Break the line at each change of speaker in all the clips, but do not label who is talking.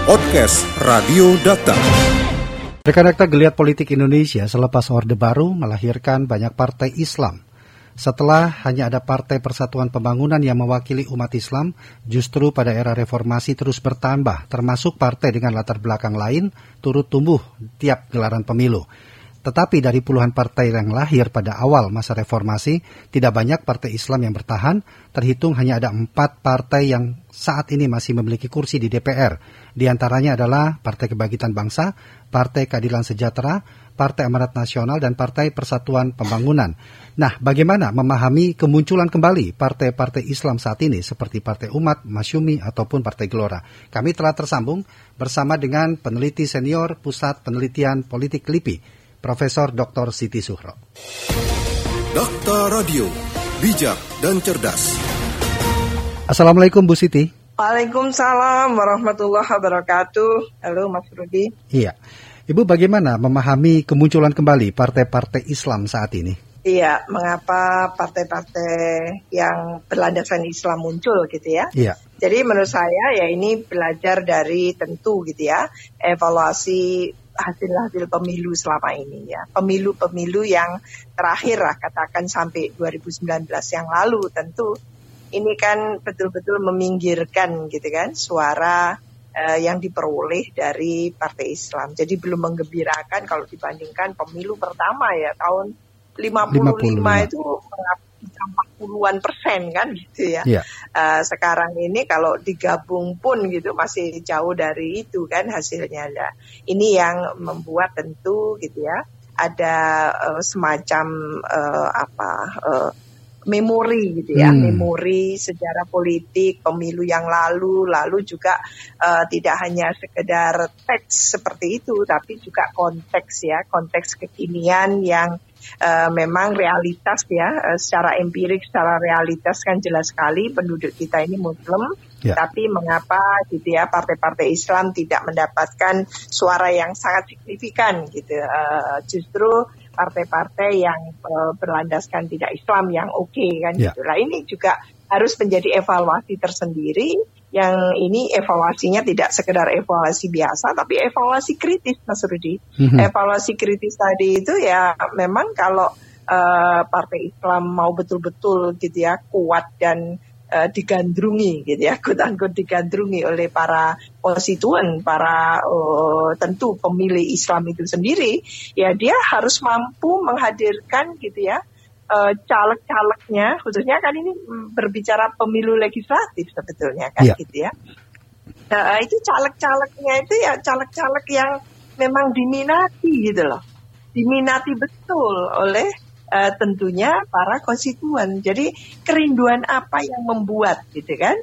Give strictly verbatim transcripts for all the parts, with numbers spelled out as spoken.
Podcast Radio Data.
Rekan-rekan, geliat politik Indonesia selepas Orde Baru melahirkan banyak partai Islam. Setelah hanya ada Partai Persatuan Pembangunan yang mewakili umat Islam, justru pada era reformasi terus bertambah, termasuk partai dengan latar belakang lain turut tumbuh tiap gelaran pemilu. Tetapi dari puluhan partai yang lahir pada awal masa reformasi, tidak banyak partai Islam yang bertahan, terhitung hanya ada empat partai yang saat ini masih memiliki kursi di D P R. Di antaranya adalah Partai Kebangkitan Bangsa, Partai Keadilan Sejahtera, Partai Amanat Nasional, dan Partai Persatuan Pembangunan. Nah, bagaimana memahami kemunculan kembali partai-partai Islam saat ini seperti Partai Umat, Masyumi, ataupun Partai Gelora? Kami telah tersambung bersama dengan peneliti senior Pusat Penelitian Politik LIPI, Profesor Doktor Siti Zuhro.
Dakta Radio, bijak dan cerdas.
Assalamualaikum Bu Siti.
Waalaikumsalam warahmatullahi wabarakatuh. Halo Mas Rudi.
Iya, Ibu bagaimana memahami kemunculan kembali partai-partai Islam saat ini?
Iya, mengapa partai-partai yang berlandaskan Islam muncul gitu ya?
Iya.
Jadi menurut saya ya ini belajar dari tentu gitu ya, evaluasi hasil-hasil pemilu selama ini ya. Pemilu-pemilu yang terakhir lah katakan sampai dua ribu sembilan belas yang lalu tentu ini kan betul-betul meminggirkan gitu kan suara uh, yang diperoleh dari partai Islam. Jadi belum menggembirakan kalau dibandingkan pemilu pertama ya tahun lima puluh lima itu empat puluhan persen kan gitu ya. Yeah. Uh, sekarang ini kalau digabung pun gitu masih jauh dari itu kan hasilnya. Nah, ini yang membuat tentu gitu ya ada uh, semacam uh, apa uh, memori gitu ya, hmm. memori sejarah politik pemilu yang lalu, lalu juga uh, tidak hanya sekedar teks seperti itu, tapi juga konteks ya, konteks kekinian yang uh, memang realitas ya, uh, secara empirik, secara realitas kan jelas sekali penduduk kita ini Muslim, ya. Tapi mengapa gitu ya partai-partai Islam tidak mendapatkan suara yang sangat signifikan gitu, uh, justru partai-partai yang uh, berlandaskan tidak Islam yang oke okay, kan yeah. gitu. Nah ini juga harus menjadi evaluasi tersendiri. Yang ini evaluasinya tidak sekedar evaluasi biasa, tapi evaluasi kritis, Mas Rudi. Mm-hmm. Evaluasi kritis tadi itu ya memang kalau uh, partai Islam mau betul-betul gitu ya kuat dan Uh, digandrungi gitu ya, quote-unquote digandrungi oleh para konstituen, para uh, tentu pemilih Islam itu sendiri, ya dia harus mampu menghadirkan gitu ya uh, caleg-calegnya, khususnya kan ini berbicara pemilu legislatif sebetulnya kan yeah. gitu ya. Nah, itu caleg-calegnya itu ya caleg-caleg yang memang diminati gitu loh, diminati betul oleh Uh, tentunya para konstituen. Jadi kerinduan apa yang membuat gitu kan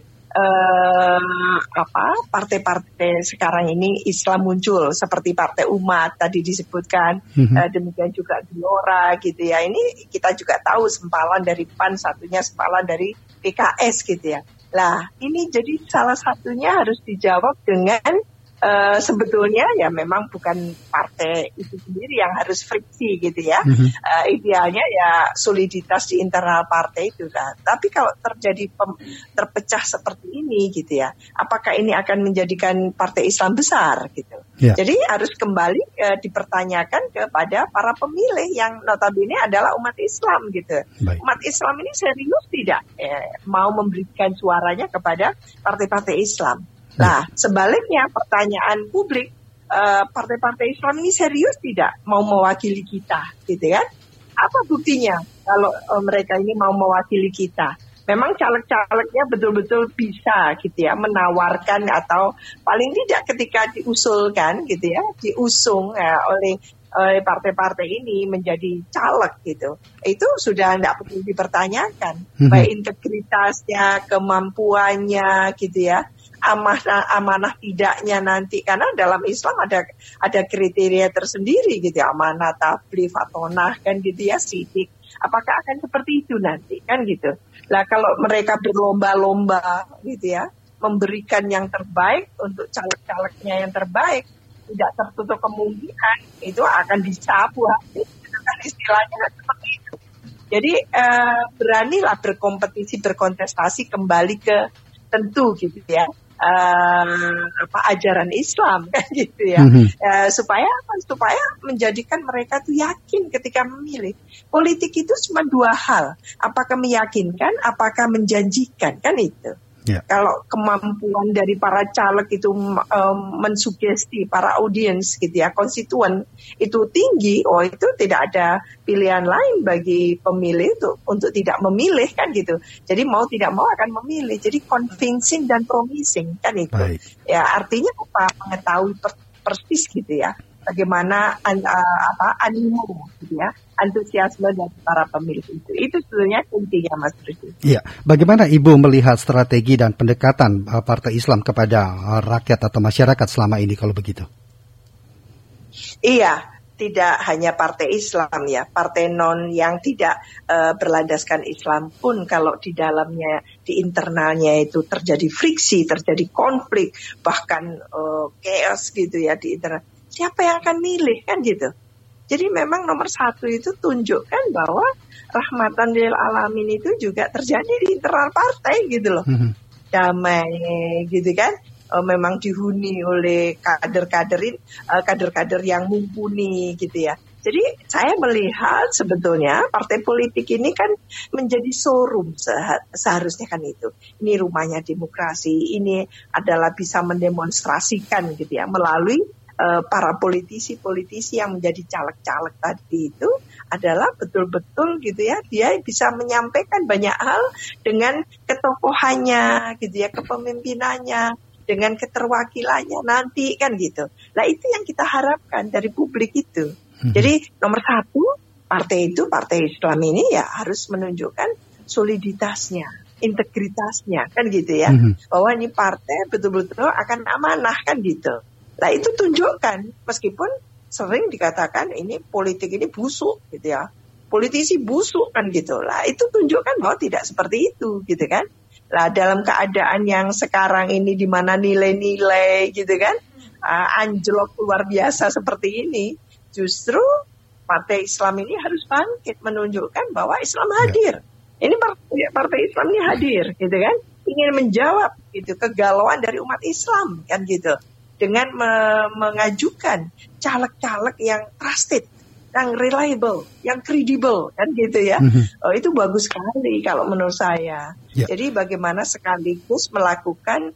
uh, apa partai-partai sekarang ini Islam muncul seperti Partai Umat tadi disebutkan, mm-hmm. uh, demikian juga Gelora gitu ya. Ini kita juga tahu sempalan dari P A N, satunya sempalan dari P K S gitu ya. Lah ini jadi salah satunya harus dijawab dengan Uh, sebetulnya ya memang bukan partai itu sendiri yang harus friksi gitu ya. Mm-hmm. Uh, idealnya ya soliditas di internal partai itu kan. Tapi kalau terjadi pem- terpecah seperti ini gitu ya, apakah ini akan menjadikan partai Islam besar gitu? Yeah. Jadi harus kembali uh, dipertanyakan kepada para pemilih yang notabene adalah umat Islam gitu. Baik. Umat Islam ini serius tidak eh, mau memberikan suaranya kepada partai-partai Islam? Nah, sebaliknya pertanyaan publik, uh, partai-partai Islam ini serius tidak mau mewakili kita, gitu kan? Apa buktinya kalau uh, mereka ini mau mewakili kita? Memang caleg-calegnya betul-betul bisa, gitu ya, menawarkan atau paling tidak ketika diusulkan, gitu ya, diusung ya, oleh oleh partai-partai ini menjadi caleg gitu, itu sudah tidak perlu dipertanyakan, mm-hmm. baik integritasnya, kemampuannya, gitu ya. amanah amanah tidaknya nanti, karena dalam Islam ada ada kriteria tersendiri gitu ya, amanah, tabligh, fatonah kan gitu ya, sidik. Apakah akan seperti itu nanti kan gitu. Lah kalau mereka berlomba-lomba gitu ya memberikan yang terbaik untuk caleg-calegnya yang terbaik, tidak tertutup kemungkinan itu akan disapu habis, kan istilahnya seperti itu. Jadi eh, beranilah berkompetisi, berkontestasi kembali ke tentu gitu ya. uh, apa ajaran Islam kan gitu ya, mm-hmm. uh, supaya supaya menjadikan mereka tuh yakin ketika memilih. Politik itu cuma dua hal, apakah meyakinkan, apakah menjanjikan, kan itu. Yeah. Kalau kemampuan dari para caleg itu um, mensugesti para audiens gitu ya, konstituen itu tinggi, oh itu tidak ada pilihan lain bagi pemilih itu untuk tidak memilih kan gitu. Jadi mau tidak mau akan memilih. Jadi convincing dan promising kan itu. Baik. Ya artinya apa? Mengetahui persis gitu ya. Bagaimana uh, apa animo gitu ya, antusiasme dari para pemilih itu. Itu sebenarnya intinya Mas Rudi.
Iya, bagaimana Ibu melihat strategi dan pendekatan uh, Partai Islam kepada uh, rakyat atau masyarakat selama ini kalau begitu?
Iya, tidak hanya Partai Islam ya, partai non yang tidak uh, berlandaskan Islam pun kalau di dalamnya, di internalnya itu terjadi friksi, terjadi konflik, bahkan uh, chaos gitu ya di internal. Siapa yang akan milih kan gitu. Jadi memang nomor satu itu tunjukkan bahwa rahmatan lil alamin itu juga terjadi di internal partai gitu loh. Mm-hmm. Damai gitu kan. E, memang dihuni oleh kader-kaderin, e, kader-kader yang mumpuni gitu ya. Jadi saya melihat sebetulnya partai politik ini kan menjadi showroom seharusnya kan itu. Ini rumahnya demokrasi, ini adalah bisa mendemonstrasikan gitu ya melalui para politisi-politisi yang menjadi caleg-caleg tadi itu adalah betul-betul gitu ya, dia bisa menyampaikan banyak hal dengan ketokohannya gitu ya, kepemimpinannya, dengan keterwakilannya nanti kan gitu. Nah itu yang kita harapkan dari publik itu. Hmm. Jadi nomor satu, partai itu, partai Islam ini ya harus menunjukkan soliditasnya, integritasnya kan gitu ya, hmm. bahwa ini partai betul-betul akan amanah kan gitu. Nah itu tunjukkan, meskipun sering dikatakan ini politik ini busuk gitu ya, politisi busuk kan gitu. Lah itu tunjukkan bahwa tidak seperti itu gitu kan. Lah dalam keadaan yang sekarang ini di mana nilai-nilai gitu kan uh, anjlok luar biasa seperti ini, justru partai Islam ini harus bangkit menunjukkan bahwa Islam hadir. Ya. Ini partai, partai Islam ini hadir gitu kan, ingin menjawab gitu kegalauan dari umat Islam kan gitu. Dengan me- mengajukan caleg-caleg yang trusted, yang reliable, yang kredibel, kan gitu ya. Mm-hmm. Oh, itu bagus sekali kalau menurut saya. Yeah. Jadi bagaimana sekaligus melakukan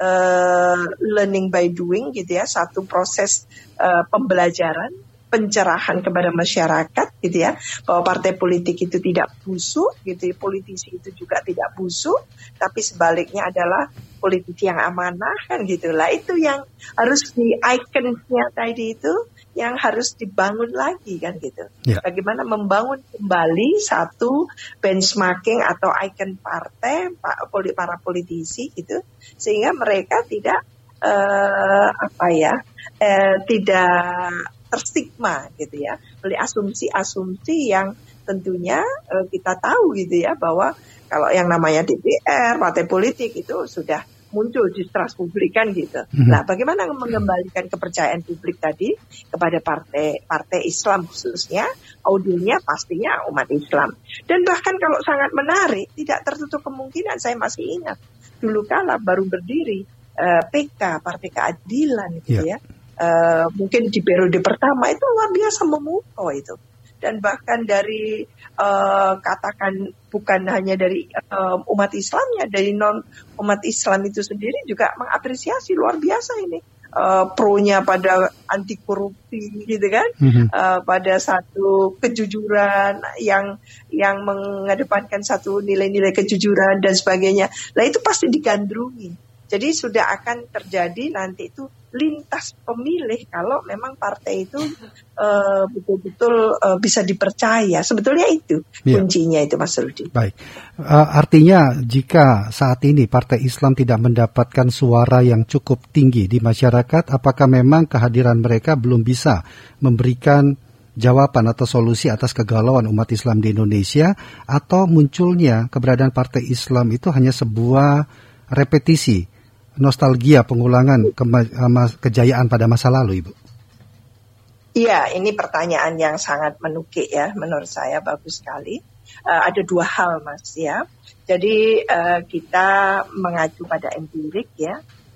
uh, learning by doing gitu ya, satu proses uh, pembelajaran, pencerahan kepada masyarakat gitu ya, bahwa partai politik itu tidak busuk gitu, politisi itu juga tidak busuk, tapi sebaliknya adalah politisi yang amanah kan gitu lah. Itu yang harus di ikonnya tadi itu yang harus dibangun lagi kan gitu. Ya. Bagaimana membangun kembali satu benchmarking atau ikon partai para politisi gitu, sehingga mereka tidak uh, apa ya uh, tidak terstigma gitu ya, oleh asumsi-asumsi yang tentunya uh, kita tahu gitu ya, bahwa kalau yang namanya D P R, partai politik itu sudah muncul distrust publik kan gitu. Mm-hmm. Nah, bagaimana mengembalikan kepercayaan publik tadi kepada partai partai Islam khususnya, audiennya pastinya umat Islam. Dan bahkan kalau sangat menarik, tidak tertutup kemungkinan, saya masih ingat dulu kala baru berdiri uh, P K, Partai Keadilan gitu yeah. ya. Uh, mungkin di periode pertama itu luar biasa memukau itu, dan bahkan dari uh, katakan bukan hanya dari uh, umat Islamnya, dari non umat Islam itu sendiri juga mengapresiasi luar biasa ini, uh, pro-nya pada anti korupsi gitu kan, mm-hmm. uh, pada satu kejujuran yang yang mengedepankan satu nilai-nilai kejujuran dan sebagainya. Nah itu pasti digandrungi. Jadi sudah akan terjadi nanti itu lintas pemilih kalau memang partai itu uh, betul-betul uh, bisa dipercaya. Sebetulnya itu ya. Kuncinya itu Mas Rudi.
Baik, uh, artinya jika saat ini Partai Islam tidak mendapatkan suara yang cukup tinggi di masyarakat, apakah memang kehadiran mereka belum bisa memberikan jawaban atau solusi atas kegalauan umat Islam di Indonesia, atau munculnya keberadaan Partai Islam itu hanya sebuah repetisi, nostalgia pengulangan ke- kejayaan pada masa lalu, Ibu?
Iya, ini pertanyaan yang sangat menukik ya, menurut saya bagus sekali. Uh, ada dua hal Mas ya. Jadi uh, kita mengacu pada empirik ya,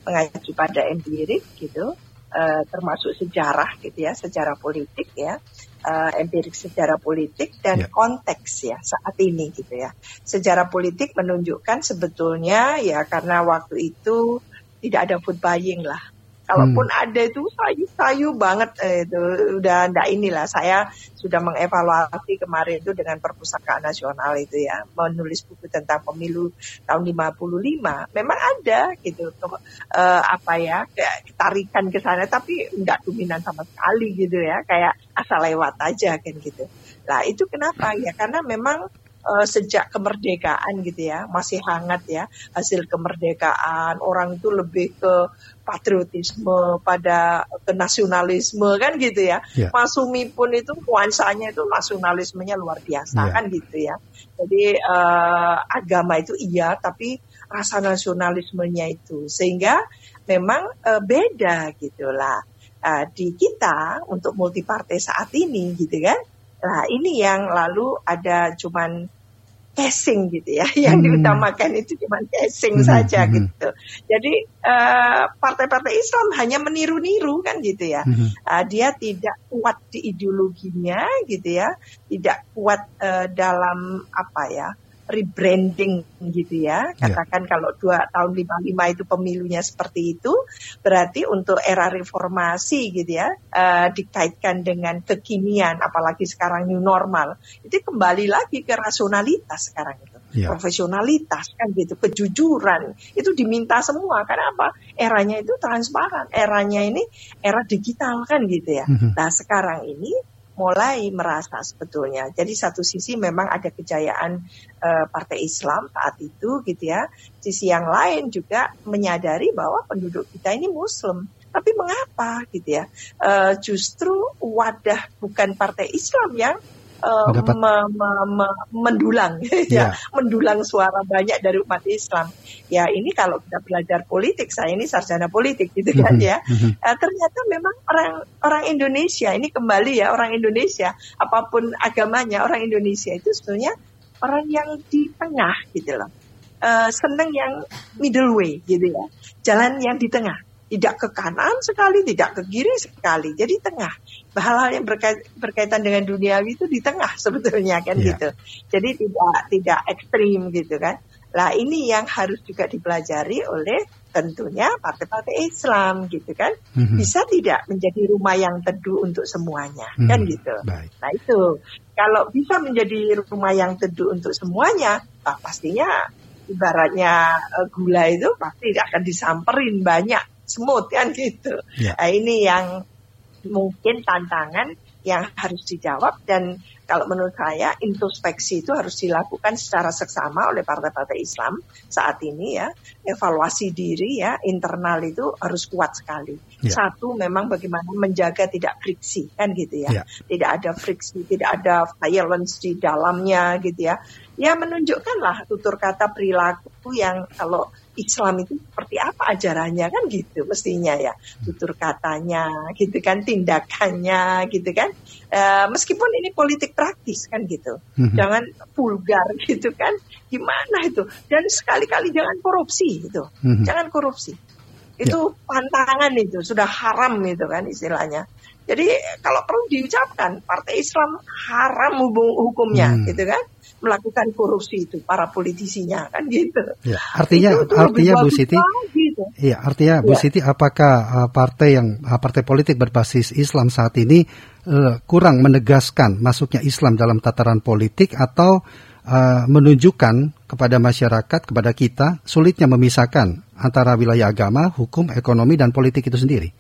mengacu pada empirik gitu, uh, termasuk sejarah gitu ya, sejarah politik ya, uh, empirik sejarah politik dan yeah. konteks ya saat ini gitu ya. Sejarah politik menunjukkan sebetulnya ya karena waktu itu tidak ada food buying lah. Kalaupun hmm. ada itu sayu-sayu banget eh, itu udah ndak inilah. Saya sudah mengevaluasi kemarin itu dengan Perpustakaan Nasional itu ya, menulis buku tentang pemilu tahun lima puluh lima. Memang ada gitu uh, apa ya kayak tarikan ke sana tapi nggak dominan sama sekali gitu ya, kayak asal lewat aja kan gitu. Nah itu kenapa ya? Karena memang Uh, sejak kemerdekaan gitu ya, masih hangat ya hasil kemerdekaan, orang itu lebih ke patriotisme, pada ke nasionalisme kan gitu ya. Yeah. Masumi pun itu nuansanya itu nasionalismenya luar biasa yeah. kan gitu ya. Jadi uh, agama itu iya, tapi rasa nasionalismenya itu sehingga memang uh, beda gitulah uh, di kita untuk multipartai saat ini gitu kan. Nah ini yang lalu ada cuman casing gitu ya, yang hmm. diutamakan itu cuman casing hmm. saja hmm. gitu. Jadi uh, partai-partai Islam hanya meniru-niru kan gitu ya. Hmm. Uh, dia tidak kuat di ideologinya gitu ya, tidak kuat uh, dalam apa ya, rebranding gitu ya. Katakan yeah. kalau dua tahun lima puluh lima itu pemilunya seperti itu, berarti untuk era reformasi gitu ya, uh, dikaitkan dengan kekinian, apalagi sekarang new normal, itu kembali lagi ke rasionalitas sekarang itu. Yeah. Profesionalitas kan gitu, kejujuran, itu diminta semua. Karena apa? Eranya itu transparan, eranya ini era digital kan gitu ya. Mm-hmm. Nah sekarang ini mulai merasa sebetulnya. Jadi satu sisi memang ada kejayaan uh, Partai Islam saat itu gitu ya. Sisi yang lain juga menyadari bahwa penduduk kita ini Muslim. Tapi mengapa gitu ya? Uh, justru wadah bukan Partai Islam yang uh, me- me- me- mendulang, yeah. ya, mendulang suara banyak dari umat Islam. Ya ini kalau kita belajar politik, saya ini sarjana politik gitu kan ya. Uh, ternyata memang orang orang Indonesia ini kembali ya orang Indonesia apapun agamanya, orang Indonesia itu sebetulnya orang yang di tengah gitu loh. Uh, seneng yang middle way gitu ya, jalan yang di tengah. Tidak ke kanan sekali, tidak ke kiri sekali. Jadi tengah. Hal-hal yang berkait, berkaitan dengan duniawi itu di tengah sebetulnya kan yeah. gitu. Jadi tidak tidak ekstrim gitu kan. Nah ini yang harus juga dipelajari oleh tentunya partai-partai Islam gitu kan. Mm-hmm. Bisa tidak menjadi rumah yang teduh untuk semuanya mm-hmm. kan gitu. Baik. Nah itu kalau bisa menjadi rumah yang teduh untuk semuanya, nah, pastinya ibaratnya uh, gula itu pasti akan disamperin banyak. Smooth kan gitu. Ya. Nah, ini yang mungkin tantangan yang harus dijawab dan kalau menurut saya introspeksi itu harus dilakukan secara seksama oleh partai-partai Islam saat ini ya. Evaluasi diri ya, internal itu harus kuat sekali. Ya. Satu memang bagaimana menjaga tidak friksi kan gitu ya. Ya. Tidak ada friksi, tidak ada violence di dalamnya gitu ya. Ya menunjukkanlah tutur kata perilaku yang kalau Islam itu seperti apa ajarannya kan gitu mestinya ya, tutur katanya gitu kan, tindakannya gitu kan, e, meskipun ini politik praktis kan gitu, mm-hmm. jangan vulgar gitu kan, gimana itu, dan sekali-kali jangan korupsi gitu, mm-hmm. jangan korupsi, itu yeah. pantangan itu sudah haram gitu kan istilahnya. Jadi kalau perlu diucapkan partai Islam haram hukumnya hmm. gitu kan, melakukan korupsi itu para politisinya kan gitu. Ya,
artinya itu, itu artinya Bu Siti, gitu. Iya artinya ya. Bu Siti, apakah uh, partai yang uh, partai politik berbasis Islam saat ini uh, kurang menegaskan masuknya Islam dalam tataran politik atau uh, menunjukkan kepada masyarakat, kepada kita sulitnya memisahkan antara wilayah agama, hukum, ekonomi dan politik itu sendiri?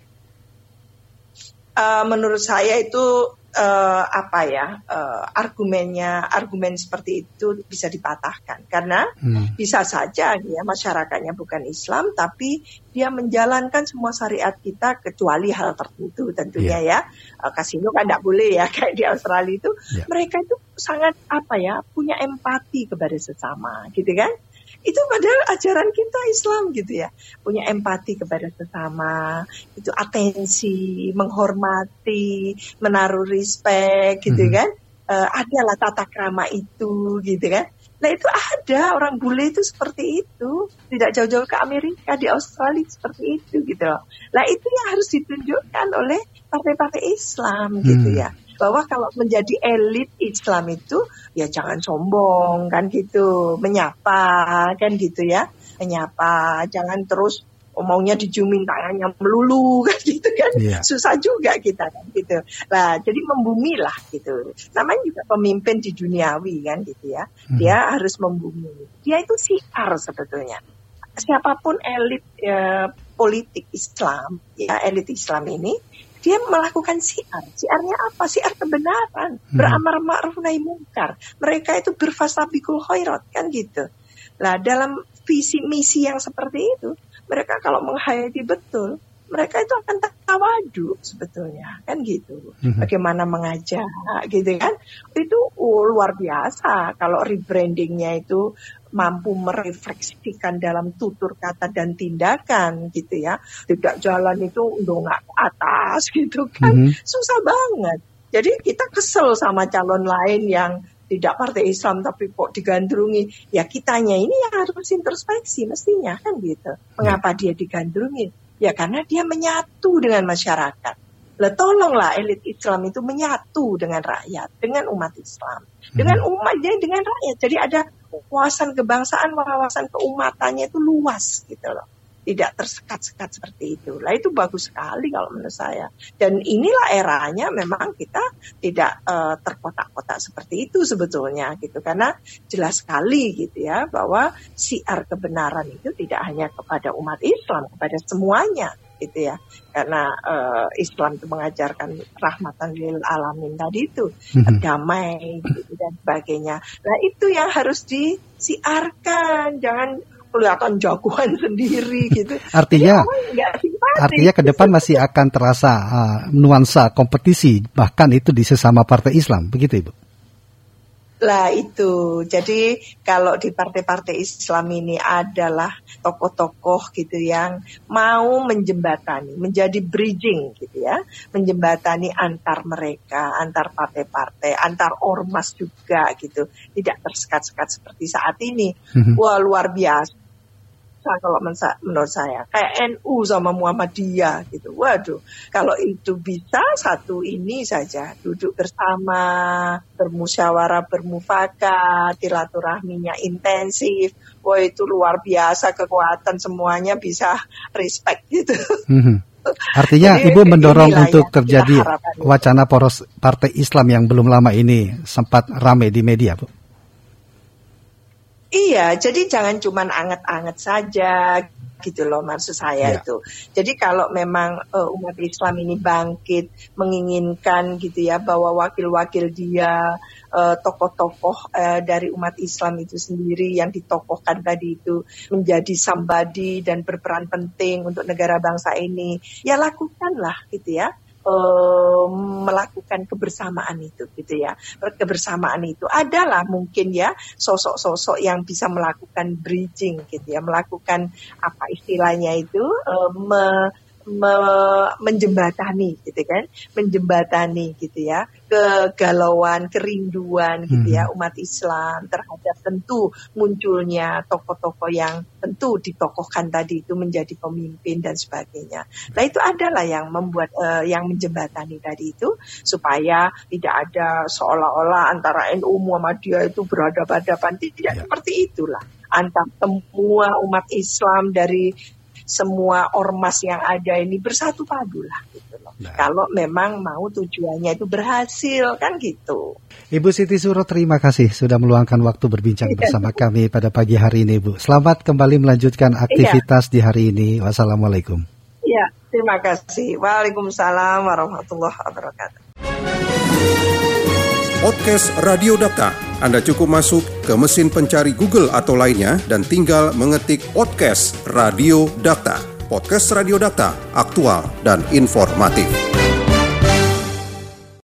Uh, menurut saya itu uh, apa ya uh, argumennya argumen seperti itu bisa dipatahkan karena hmm. bisa saja ya masyarakatnya bukan Islam tapi dia menjalankan semua syariat kita kecuali hal tertentu tentunya yeah. ya uh, kasino kan tidak boleh ya kayak di Australia itu yeah. mereka itu sangat apa ya punya empati kepada sesama gitu kan. Itu padahal ajaran kita Islam gitu ya, punya empati kepada sesama, itu atensi, menghormati, menaruh respect gitu mm-hmm. kan, e, adalah tata krama itu gitu kan. Nah itu ada orang bule itu seperti itu, tidak jauh-jauh ke Amerika, di Australia seperti itu gitu loh. Nah itu yang harus ditunjukkan oleh partai-partai Islam gitu ya, bahwa kalau menjadi elit Islam itu ya jangan sombong kan gitu, menyapa kan gitu ya, menyapa, jangan terus maunya diciumin tangannya melulu kan gitu kan, yeah. Susah juga kita kan gitu. Nah jadi membumi lah gitu. Namanya juga pemimpin di duniawi kan gitu ya. Hmm. Dia harus membumi. Dia itu siar sebetulnya. Siapapun elit ya, politik Islam, ya elit Islam ini, dia melakukan siar. Siarnya apa? Siar kebenaran. Hmm. Beramar ma'ruf nahi mungkar. Mereka itu berfastabiqul khairat kan gitu. Nah dalam visi misi yang seperti itu, mereka kalau menghayati betul, mereka itu akan tawadu sebetulnya, kan gitu. Bagaimana mengajak, gitu kan? Itu oh, luar biasa kalau rebrandingnya itu mampu merefleksikan dalam tutur kata dan tindakan, gitu ya. Tidak jalan itu dongak ke atas, gitu kan? Mm-hmm. Susah banget. Jadi kita kesel sama calon lain yang tidak partai Islam tapi kok digandrungi. Ya kitanya ini yang harus introspeksi mestinya kan gitu. Mengapa dia digandrungi? Ya karena dia menyatu dengan masyarakat. Lah tolonglah elit Islam itu menyatu dengan rakyat, dengan umat Islam, dengan umatnya, dengan rakyat. Jadi ada wawasan kebangsaan, wawasan keumatannya itu luas gitu loh. Tidak tersekat-sekat seperti itu. Lah itu bagus sekali kalau menurut saya. Dan inilah eranya memang kita tidak uh, terkotak-kotak seperti itu sebetulnya gitu. Karena jelas sekali gitu ya bahwa siar kebenaran itu tidak hanya kepada umat Islam, kepada semuanya gitu ya. Karena uh, Islam itu mengajarkan rahmatan lil alamin tadi itu, damai gitu, dan sebagainya. Nah itu yang harus disiarkan, jangan kelihatan jagoan sendiri gitu.
Artinya, artinya ke depan masih akan terasa uh, nuansa kompetisi, bahkan itu di sesama partai Islam, begitu Ibu?
Lah itu, jadi kalau di partai-partai Islam ini adalah tokoh-tokoh gitu yang mau menjembatani, menjadi bridging gitu ya, menjembatani antar mereka, antar partai-partai, antar ormas juga gitu, tidak tersekat-sekat seperti saat ini. Mm-hmm. Wah luar biasa. Kalau menurut saya kayak N U sama Muhammadiyah gitu. Waduh, kalau itu bisa satu ini saja duduk bersama, bermusyawarah, bermufakat, silaturahminya intensif. Wah itu luar biasa, kekuatan semuanya bisa respect gitu. Mm-hmm.
Artinya jadi, Ibu mendorong untuk ya, terjadi wacana poros partai Islam yang belum lama ini sempat ramai di media, Bu.
Iya, jadi jangan cuma anget-anget saja gitu loh maksud saya yeah. itu. Jadi kalau memang uh, umat Islam ini bangkit menginginkan gitu ya bahwa wakil-wakil dia uh, tokoh-tokoh uh, dari umat Islam itu sendiri yang ditokohkan tadi itu menjadi somebody dan berperan penting untuk negara bangsa ini, ya lakukanlah gitu ya. Melakukan kebersamaan itu gitu ya. Kebersamaan itu adalah mungkin ya sosok-sosok yang bisa melakukan bridging gitu ya, melakukan apa istilahnya itu uh, me, me, menjembatani gitu kan, menjembatani gitu ya kegalauan, kerinduan gitu ya umat Islam terhadap tentu munculnya tokoh-tokoh yang tentu ditokohkan tadi itu menjadi pemimpin dan sebagainya. Nah itu adalah yang membuat uh, yang menjembatani tadi itu supaya tidak ada seolah-olah antara N U Muhammadiyah itu berhadapan-hadapan, tidak ya. Seperti itulah. Antara semua umat Islam dari semua ormas yang ada ini bersatu padulah gitu loh. Nah. Kalau memang mau tujuannya itu berhasil kan gitu.
Ibu Siti Suro, terima kasih sudah meluangkan waktu berbincang bersama kami pada pagi hari ini, Bu. Selamat kembali melanjutkan aktivitas iya. di hari ini. Wassalamualaikum.
Iya, terima kasih. Waalaikumsalam warahmatullahi wabarakatuh.
Podcast Radio Data. Anda cukup masuk ke mesin pencari Google atau lainnya dan tinggal mengetik podcast Radio Data. Podcast Radio Data, aktual dan informatif.